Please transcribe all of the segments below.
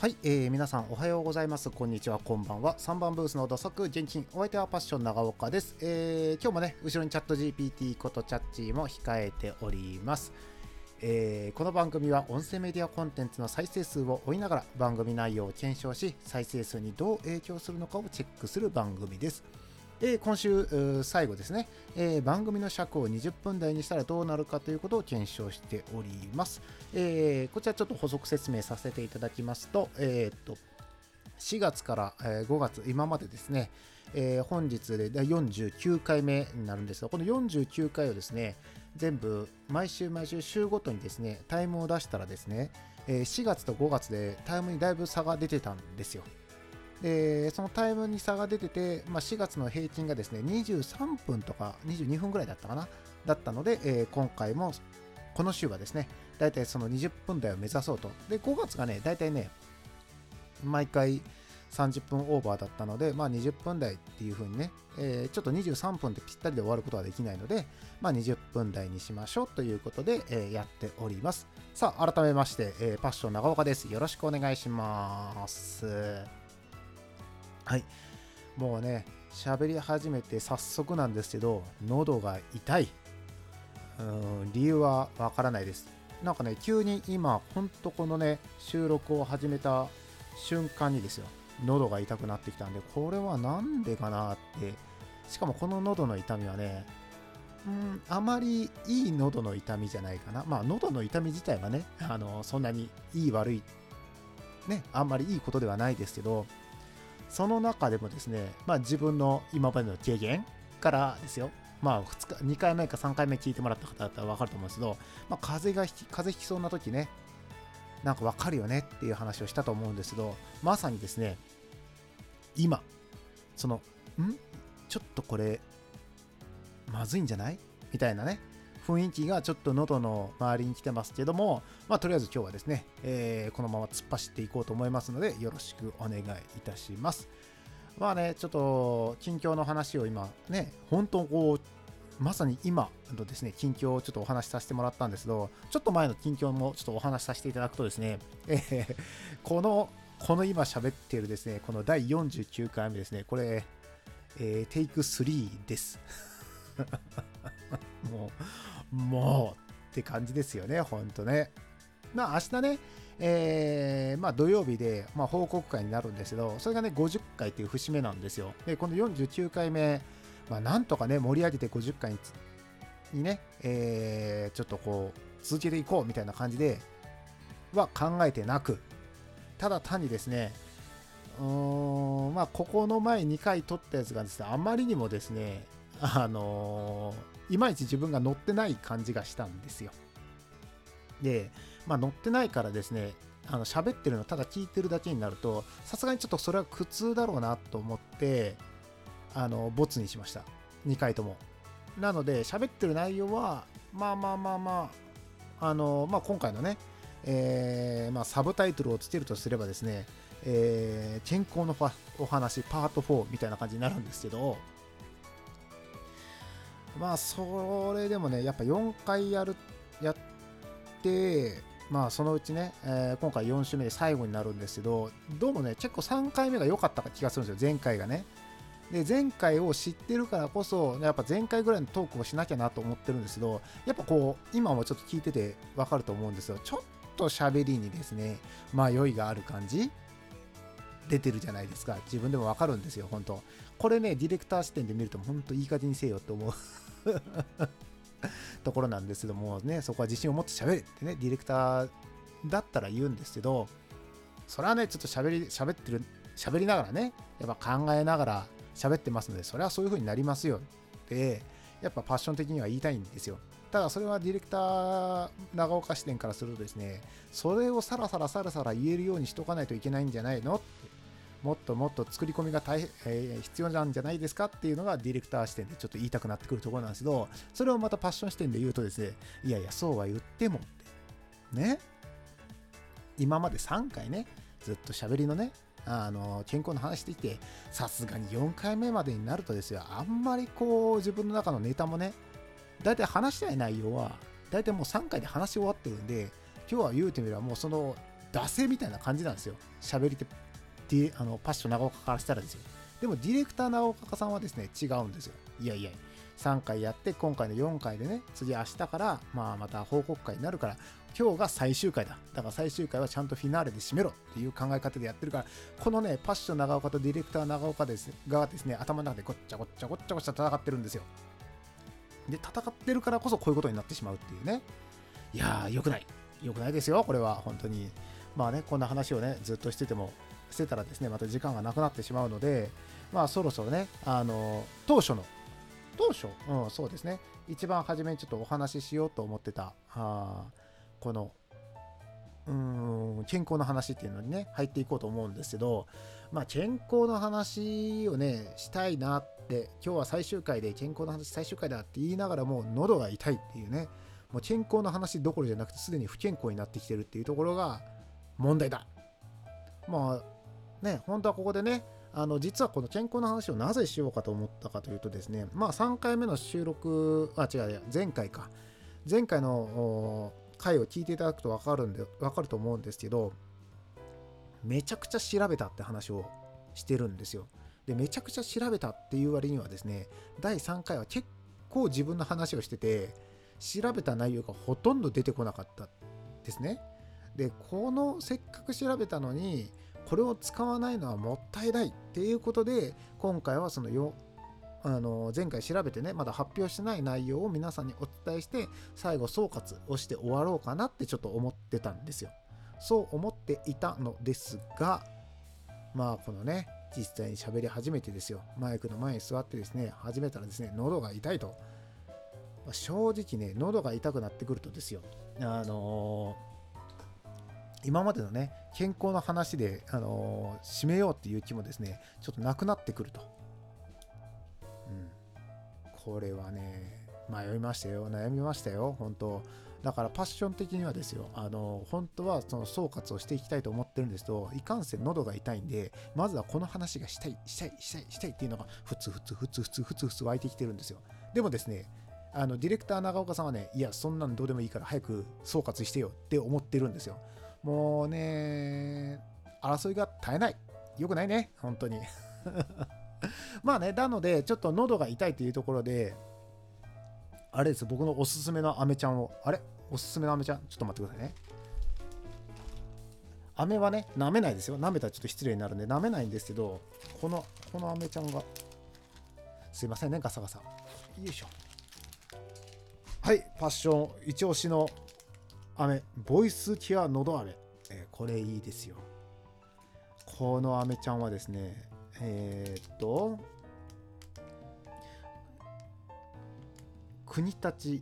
はい、皆さんおはようございます。こんにちは、こんばんは。3番ブースの土足現金、お相手はパッション長岡です。今日もね、後ろにチャット GPT ことチャッチーも控えております。この番組は音声メディアコンテンツの再生数を追いながら番組内容を検証し、再生数にどう影響するのかをチェックする番組です。今週最後ですね、番組の尺を20分台にしたらどうなるかということを検証しております。こちらちょっと補足説明させていただきますと、4月から5月、今までですね、本日で第49回目になるんですが、この49回をですね、全部毎週週ごとにですね、タイムを出したらですね、4月と5月でタイムにだいぶ差が出てたんですよ。そのタイムに差が出てて、4月の平均がですね、23分とか22分ぐらいだったかな、だったので、今回もこの週はですね、だいたいその20分台を目指そうと。で、5月がね、だいたいね、毎回30分オーバーだったので、20分台っていう風にね、ちょっと23分でぴったりで終わることはできないので、20分台にしましょうということで、やっております。さあ、改めまして、パッション長岡です。よろしくお願いします。はい、もうね、喋り始めて早速なんですけど、喉が痛い。理由はわからないです。なんかね、急に今、ほんとこのね、収録を始めた瞬間にですよ、喉が痛くなってきたんで、これはなんでかなって。しかもこの喉の痛みはね、あまりいい喉の痛みじゃないかな。喉の痛み自体はね、そんなにいい悪い、ね、あんまりいいことではないですけど、その中でもですね、自分の今までの経験からですよ、2回目か3回目聞いてもらった方だったら分かると思うんですけど、風邪ひきそうな時ね、なんか分かるよねっていう話をしたと思うんですけど、まさにですね、今、その、ちょっとこれ、まずいんじゃないみたいなね、雰囲気がちょっと喉の周りに来てますけども、とりあえず今日はですね、このまま突っ走っていこうと思いますので、よろしくお願いいたします。ちょっと近況の話を今ね、本当こう、まさに今のですね、近況をちょっとお話しさせてもらったんですけど、ちょっと前の近況もちょっとお話しさせていただくとですね、この今喋っているですね、この第49回目ですね、これ、テイク3です。もうって感じですよね、ほんとね。明日ね、土曜日で、報告会になるんですけど、それがね、50回っていう節目なんですよ。で、この49回目、なんとかね、盛り上げて50回にね、ちょっとこう、続けていこうみたいな感じでは考えてなく、ただ単にですね、ここの前2回撮ったやつがですね、あまりにもですね、いまいち自分が乗ってない感じがしたんですよ。で、乗ってないからですね、喋ってるのただ聞いてるだけになると、さすがにちょっとそれは苦痛だろうなと思って、ボツにしました。2回とも。なので、喋ってる内容は、今回のね、サブタイトルをつけるとすればですね、健康のお話パート4みたいな感じになるんですけど、それでもね、やっぱ4回やって、そのうちね、今回4週目で最後になるんですけど、どうもね、結構3回目が良かった気がするんですよ、前回がね。で、前回を知ってるからこそ、やっぱ前回ぐらいのトークをしなきゃなと思ってるんですけど、やっぱこう、今もちょっと聞いててわかると思うんですよ。ちょっと喋りにですね、迷いがある感じ出てるじゃないですか。自分でもわかるんですよ、本当。これね、ディレクター視点で見ると、本当いい加減にせよって思うところなんですけどもね、そこは自信を持って喋れってね、ディレクターだったら言うんですけど、それはね、ちょっと喋りながらね、やっぱ考えながら喋ってますので、それはそういう風になりますよって、やっぱパッション的には言いたいんですよ。ただそれはディレクター長岡視点からするとですね、それをさらさら言えるようにしとかないといけないんじゃないのって、もっと作り込みが必要なんじゃないですかっていうのがディレクター視点でちょっと言いたくなってくるところなんですけど、それをまたパッション視点で言うとですね、いやいやそうは言ってもってね、今まで3回ね、ずっと喋りのね、健康の話してきて、さすがに4回目までになるとですよ、あんまりこう自分の中のネタもね、だいたい話したい内容はだいたいもう3回で話し終わってるんで、今日は言うてみればもうその惰性みたいな感じなんですよ。喋り手パッション長岡からしたらですよ。でもディレクター長岡さんはですね、違うんですよ。いやいや、3回やって今回の4回でね、次明日からまた報告会になるから、今日が最終回だ。だから最終回はちゃんとフィナーレで締めろっていう考え方でやってるから、このね、パッション長岡とディレクター長岡がですね、頭の中でごっちゃごっちゃごっちゃごっちゃ戦ってるんですよ。で、戦ってるからこそこういうことになってしまうっていうね。いやー、良くないですよ、これは本当に。まあね、こんな話をね、ずっとしてたらですね、また時間がなくなってしまうので、そろそろね、当初、そうですね、一番初めにちょっとお話ししようと思ってた、この、健康の話っていうのにね、入っていこうと思うんですけど、健康の話をね、したいなって、今日は最終回で健康の話最終回だって言いながらも、喉が痛いっていうね、もう健康の話どころじゃなくて、すでに不健康になってきてるっていうところが問題だ。本当はここでね、実はこの健康の話をなぜしようかと思ったかというとですね、3回目の収録、前回の回を聞いていただくと分かると思うんですけど、めちゃくちゃ調べたって話をしてるんですよ。で、めちゃくちゃ調べたっていう割にはですね、第3回は結構自分の話をしてて、調べた内容がほとんど出てこなかったですね。で、せっかく調べたのに、これを使わないのはもったいないっていうことで、今回は前回調べてね、まだ発表してない内容を皆さんにお伝えして、最後総括をして終わろうかなってちょっと思ってたんですよ。そう思っていたのですが、このね、実際に喋り始めてですよ、マイクの前に座ってですね、始めたらですね、喉が痛いと。正直ね、喉が痛くなってくるとですよ、今までのね、健康の話で、締めようっていう気もですね、ちょっとなくなってくると。これはね、悩みましたよ、本当。だからパッション的にはですよ、本当はその総括をしていきたいと思ってるんですけど、いかんせん喉が痛いんで、まずはこの話がしたいっていうのが、ふつ湧いてきてるんですよ。でもですね、ディレクター長岡さんはね、いや、そんなんどうでもいいから早く総括してよって思ってるんですよ。もうね、争いが絶えない。よくないね、本当に。なので、ちょっと喉が痛いというところで、あれです、僕のおすすめのアメちゃんを、おすすめのアメちゃん、ちょっと待ってくださいね。アメはね、舐めないですよ。舐めたらちょっと失礼になるんで、舐めないんですけど、このアメちゃんが、すいませんね、ガサガサ。よいしょ。はい、パッション、一押しの飴、ボイスケアのど飴、これいいですよ。この飴ちゃんはですね、国立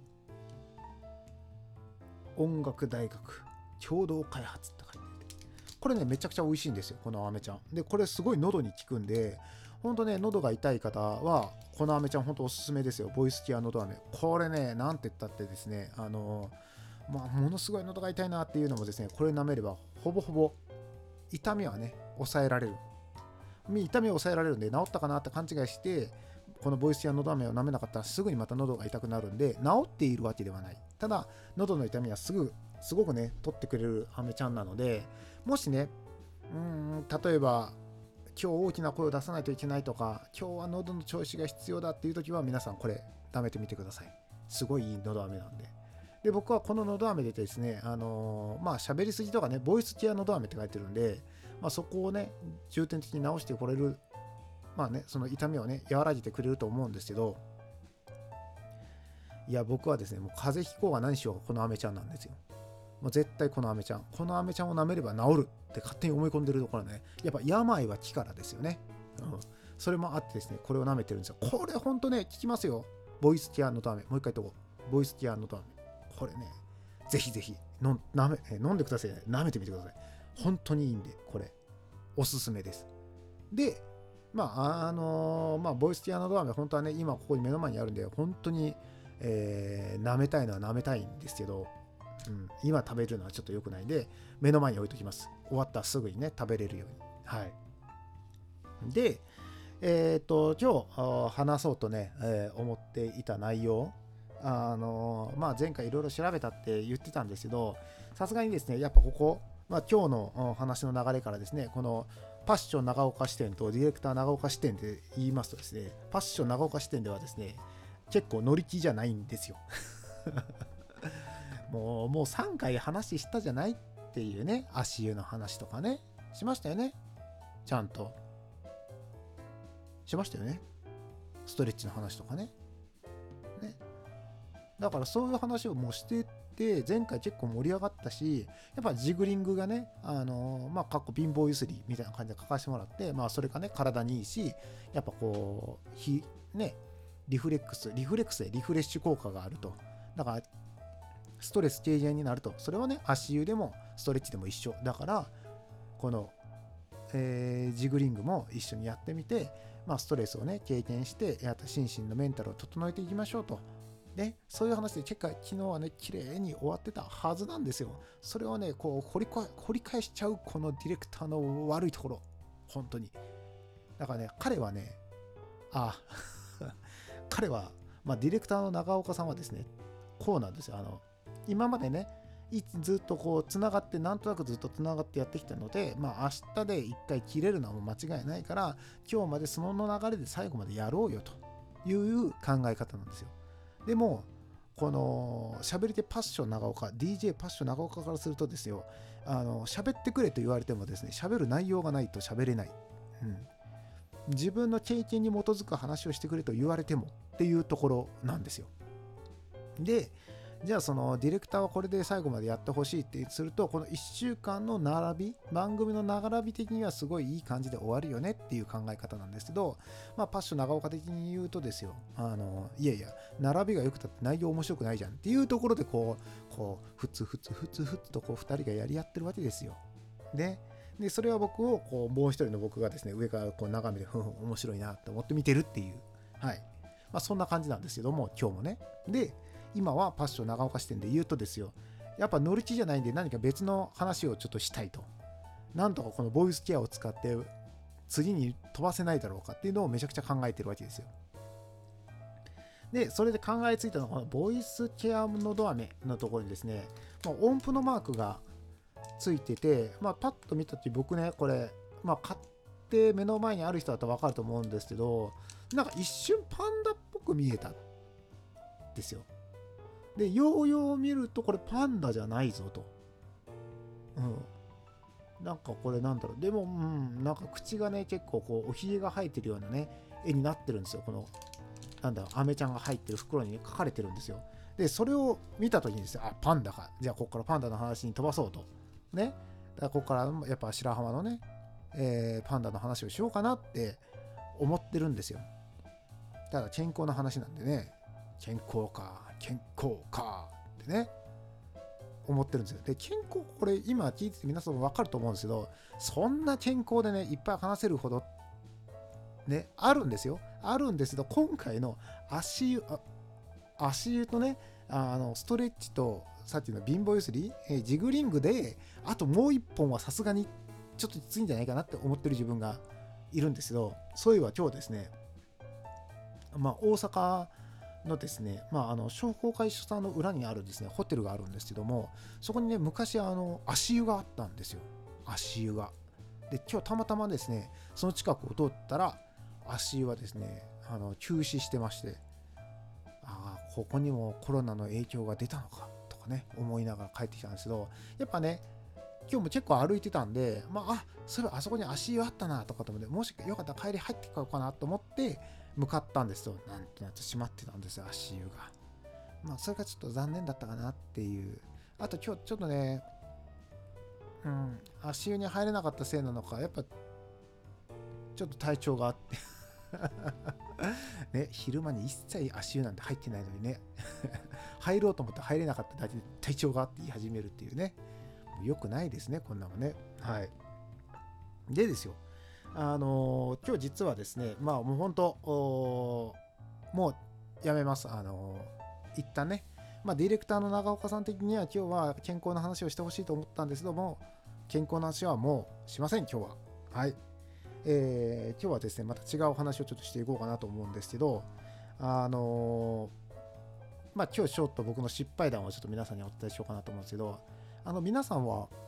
音楽大学共同開発って書いてて、これね、めちゃくちゃ美味しいんですよ、この飴ちゃん。で、これすごい喉に効くんで、ほんとね、喉が痛い方は、この飴ちゃんほんとおすすめですよ。ボイスケアのど飴。これね、なんて言ったってですね、ものすごい喉が痛いなっていうのもですね、これ舐めれば、ほぼほぼ痛みはね、抑えられる。痛みを抑えられるんで、治ったかなって勘違いして、このボイスケアのど飴を舐めなかったらすぐにまた喉が痛くなるんで、治っているわけではない。ただ、喉の痛みはすごくね、取ってくれる飴ちゃんなので、もしね、例えば、今日大きな声を出さないといけないとか、今日は喉の調子が必要だっていう時は、皆さんこれ、舐めてみてください。すごいいい喉飴なんで。で、僕はこの喉飴でですね、喋りすぎとかね、ボイスケア喉飴って書いてるんで、そこをね、重点的に直してこれる、その痛みをね、和らげてくれると思うんですけど、いや、僕はですね、もう風邪ひこうが何しようがこの飴ちゃんなんですよ。もう絶対この飴ちゃんを舐めれば治るって勝手に思い込んでるところね、やっぱ病は気からですよね。それもあってですね、これを舐めてるんですよ。これほんとね、効きますよ。ボイスケアのど飴。もう一回言っとこう。ボイスケアのど飴。これね、ぜひぜひ飲んでくださいね。舐めてみてください。本当にいいんで、これ、おすすめです。で、ボイスケアのど飴、本当はね、今ここに目の前にあるんで、本当に、舐めたいのは舐めたいんですけど、今食べるのはちょっと良くないんで、目の前に置いときます。終わったらすぐにね、食べれるように。はい。で、今日話そうとね、思っていた内容、前回いろいろ調べたって言ってたんですけど、さすがにですね、やっぱここ、 今日の話の流れからですね、このパッション長岡視点とディレクター長岡視点で言いますとですね、パッション長岡視点ではですね、結構乗り気じゃないんですよ。もう3回話したじゃないっていうね、足湯の話とかね、しましたよね。ちゃんと。しましたよね。ストレッチの話とかね。だからそういう話をもうしてて、前回結構盛り上がったし、やっぱジグリングがね、かっこ貧乏ゆすりみたいな感じで書かせてもらって、それがね、体にいいし、やっぱこう、リフレッシュ効果があると。だから、ストレス軽減になると。それはね、足湯でもストレッチでも一緒。だから、この、ジグリングも一緒にやってみて、ストレスをね、経験して、心身のメンタルを整えていきましょうと。ね、そういう話で昨日はね、綺麗に終わってたはずなんですよ。それをね、こう掘り返しちゃうこのディレクターの悪いところ。本当に。だからね、彼はね、彼は、ディレクターの長岡さんはですね、こうなんですよ。今までね、ずっとこう、つながって、なんとなくずっとつながってやってきたので、明日で一回切れるのはもう間違いないから、今日までその流れで最後までやろうよという考え方なんですよ。でも、この喋り手パッション長岡、DJ パッション長岡からするとですよ、喋ってくれと言われてもですね、喋る内容がないと喋れない。自分の経験に基づく話をしてくれと言われてもっていうところなんですよ。で、じゃあそのディレクターはこれで最後までやってほしいってすると、この1週間の番組の並び的にはすごいいい感じで終わるよねっていう考え方なんですけど、パッション長岡的に言うとですよ、いやいや、並びが良くたって内容面白くないじゃんっていうところでこう、ふつとこう2人がやり合ってるわけですよ。で、それは僕をこうもう一人の僕がですね、上からこう眺めて、面白いなって思って見てるっていう、はい。そんな感じなんですけども、今日もね。で、今はパッション長岡視点で言うとですよ、やっぱ乗り気じゃないんで何か別の話をちょっとしたいと。なんとかこのボイスケアを使って次に飛ばせないだろうかっていうのをめちゃくちゃ考えてるわけですよ。で、それで考えついたのはこのボイスケアのドア目のところにですね、音符のマークがついてて、パッと見たとき僕ね、これ、買って目の前にある人だと分かると思うんですけど、なんか一瞬パンダっぽく見えたんですよ。で、よう見るとこれパンダじゃないぞと。なんかこれなんだろう。でも、なんか口がね、結構こう、おひげが生えてるようなね、絵になってるんですよ。この、アメちゃんが入ってる袋に書かれてるんですよ。で、それを見たときにですね、パンダか。じゃあ、ここからパンダの話に飛ばそうと。ね。だから、ここからやっぱ白浜のね、パンダの話をしようかなって思ってるんですよ。ただ、健康の話なんでね、健康かってね、思ってるんですよ。で、健康、これ今聞いてて皆さんも分かると思うんですけど、そんな健康でね、いっぱい話せるほど、ね、あるんですよ。あるんですけど、今回の足湯とね、ストレッチと、さっきの貧乏ゆすり、ジグリングで、あともう一本はさすがにちょっときついんじゃないかなって思ってる自分がいるんですけど、そういえば今日ですね、大阪のですね、商工会所さんの裏にあるですね、ホテルがあるんですけども、そこにね、昔足湯があったんですよ。足湯が。で、今日たまたまですね、その近くを通ったら、足湯はですね、休止してまして、ここにもコロナの影響が出たのかとかね、思いながら帰ってきたんですけど、やっぱね、今日も結構歩いてたんで、そういえばあそこに足湯あったなとかと思って、もしよかったら帰り入ってこようかなと思って向かったんですよ。なんとなく閉まってたんですよ、足湯が。それがちょっと残念だったかなっていう。あと今日ちょっとね、足湯に入れなかったせいなのか、やっぱちょっと体調があってね、昼間に一切足湯なんて入ってないのにね入ろうと思って入れなかっただけで体調があって言い始めるっていうね、よくないですね、こんなのね。はい。でですよ、今日実はですね、もう本当もうやめます。一旦ね、ディレクターの長岡さん的には今日は健康な話をしてほしいと思ったんですけども、健康な話はもうしません、今日は。はい。今日はですね、また違うお話をちょっとしていこうかなと思うんですけど、今日ちょっと僕の失敗談をちょっと皆さんにお伝えしようかなと思うんですけど、皆さんは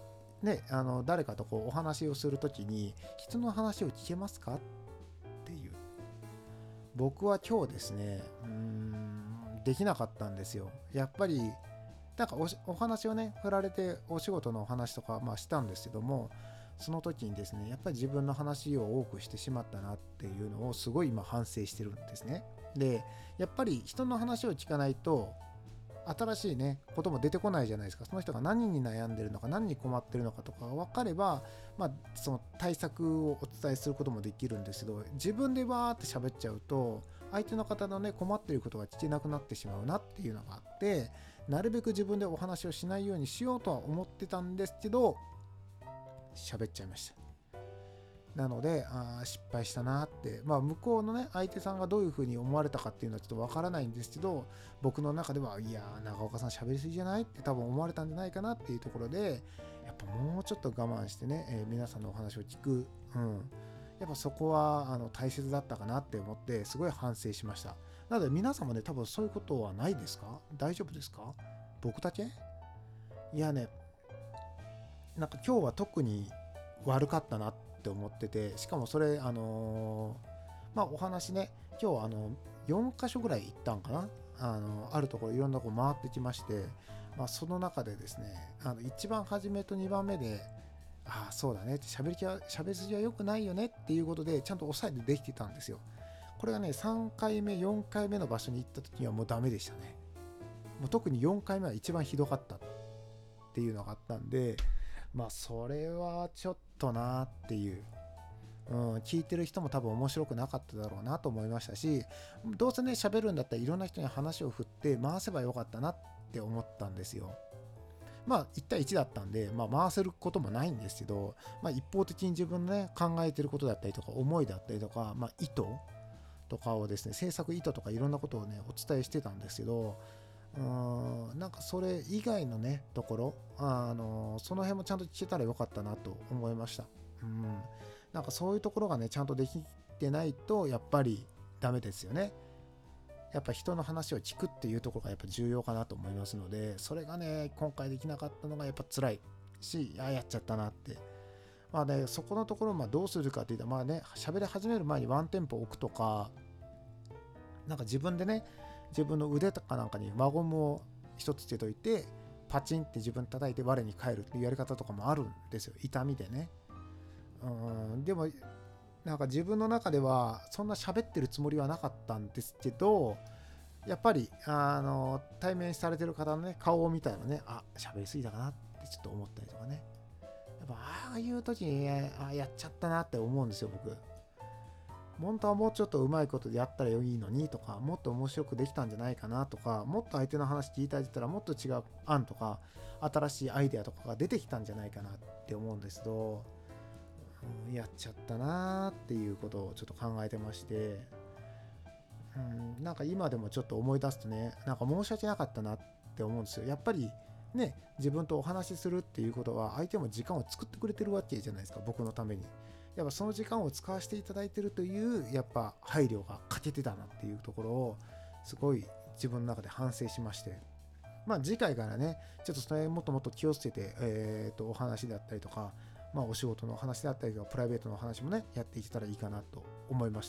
ね、誰かとこうお話をするときに人の話を聞けますかっていう、僕は今日ですねできなかったんですよ。やっぱりなんかお話をね振られてお仕事のお話とかしたんですけども、その時にですねやっぱり自分の話を多くしてしまったなっていうのをすごい今反省してるんですね。でやっぱり人の話を聞かないと新しいねことも出てこないじゃないですか。その人が何に悩んでるのか何に困ってるのかとかが分かれば、その対策をお伝えすることもできるんですけど、自分でわーって喋っちゃうと相手の方のね困っていることが聞けなくなってしまうなっていうのがあって、なるべく自分でお話をしないようにしようとは思ってたんですけど喋っちゃいました。なので失敗したなって、向こうのね相手さんがどういうふうに思われたかっていうのはちょっとわからないんですけど、僕の中ではいや長岡さん喋りすぎじゃないって多分思われたんじゃないかなっていうところで、やっぱもうちょっと我慢してね、皆さんのお話を聞く、やっぱそこは大切だったかなって思ってすごい反省しました。なので皆さんもね多分そういうことはないですか？大丈夫ですか？僕だけ？いやね、なんか今日は特に悪かったなって思ってて、しかもそれお話ね今日4箇所ぐらい行ったんかな、あるところいろんなとこ回ってきまして、その中でですね一番初めと2番目でそうだねって喋り筋は良くないよねっていうことでちゃんと抑えてできてたんですよ。これがね3回目4回目の場所に行った時にはもうダメでしたね。もう特に4回目は一番ひどかったっていうのがあったんで、それはちょっとなっていう、聞いてる人も多分面白くなかっただろうなと思いましたし、どうせね喋るんだったらいろんな人に話を振って回せばよかったなって思ったんですよ。1対1だったんで、回せることもないんですけど、一方的に自分のね考えてることだったりとか思いだったりとか、意図とかをですね制作意図とかいろんなことをねお伝えしてたんですけど、なんかそれ以外のねところその辺もちゃんと聞けたらよかったなと思いました。なんかそういうところがねちゃんとできてないとやっぱりダメですよね。やっぱ人の話を聞くっていうところがやっぱ重要かなと思いますので、それがね今回できなかったのがやっぱ辛いし、やっちゃったなって。そこのところどうするかっていうと喋り始める前にワンテンポ置くとか、なんか自分でね自分の腕とかなんかに輪ゴムを一つつけといてパチンって自分叩いて我に返るっていうやり方とかもあるんですよ、痛みでね。でもなんか自分の中ではそんな喋ってるつもりはなかったんですけど、やっぱり対面されてる方のね顔を見たらね喋りすぎたかなってちょっと思ったりとかね、やっぱああいう時にやっちゃったなって思うんですよ僕。本当はもうちょっとうまいことでやったらいいのにとか、もっと面白くできたんじゃないかなとか、もっと相手の話聞いてあげたらもっと違う案とか新しいアイデアとかが出てきたんじゃないかなって思うんですけど、やっちゃったなっていうことをちょっと考えてまして、なんか今でもちょっと思い出すとねなんか申し訳なかったなって思うんですよ。やっぱりね自分とお話しするっていうことは相手も時間を作ってくれてるわけじゃないですか、僕のために。やっぱその時間を使わせていただいてるというやっぱ配慮が欠けてたなっていうところをすごい自分の中で反省しまして、次回からねちょっとそれもっともっと気をつけて、お話だったりとか、お仕事の話だったりとかプライベートの話もねやっていけたらいいかなと思いました。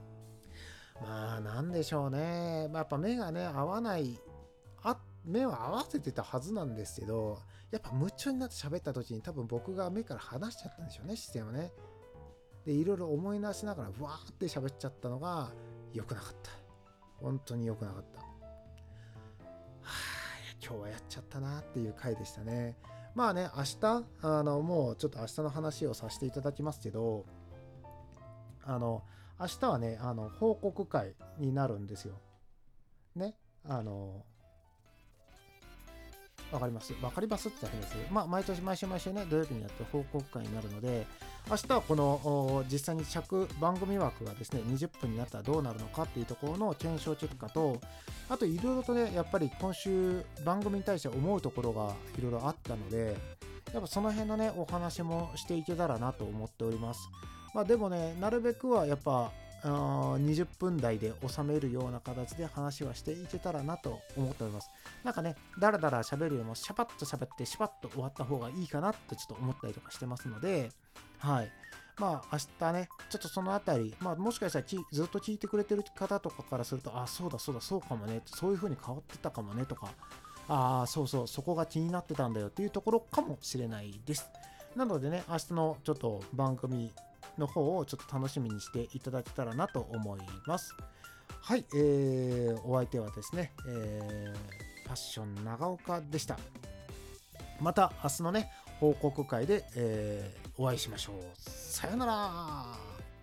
なんでしょうね、やっぱ目がね合わない目は合わせてたはずなんですけど、やっぱ夢中になって喋った時に多分僕が目から離しちゃったんでしょうね、視線をね。でいろいろ思い出しながらわーって喋っちゃったのが良くなかった。本当に良くなかった。今日はやっちゃったなっていう回でしたね。明日もうちょっと明日の話をさせていただきますけど、明日はね報告会になるんですよね。わかりますって変です。毎年毎週ね土曜日にやって報告会になるので、明日はこの実際に番組枠がですね20分になったらどうなるのかっていうところの検証結果と、あといろいろとねやっぱり今週番組に対して思うところがいろいろあったので、やっぱその辺のねお話もしていけたらなと思っております。でもねなるべくはやっぱ 20分台で収めるような形で話はしていけたらなと思っております。なんかね、だらだら喋るよりもシャパッと喋ってシャパッと終わった方がいいかなってちょっと思ったりとかしてますので、はい。まあ明日ね、ちょっとそのあたり、まあもしかしたらずっと聞いてくれてる方とかからすると、あ、そうだそうだそうかもね、そういう風に変わってたかもねとか、そうそう、そこが気になってたんだよっていうところかもしれないです。なのでね、明日のちょっと番組の方をちょっと楽しみにしていただけたらなと思います。はい、お相手はですね、ファッション長岡でした。また明日のね、報告会で、お会いしましょう。さよなら。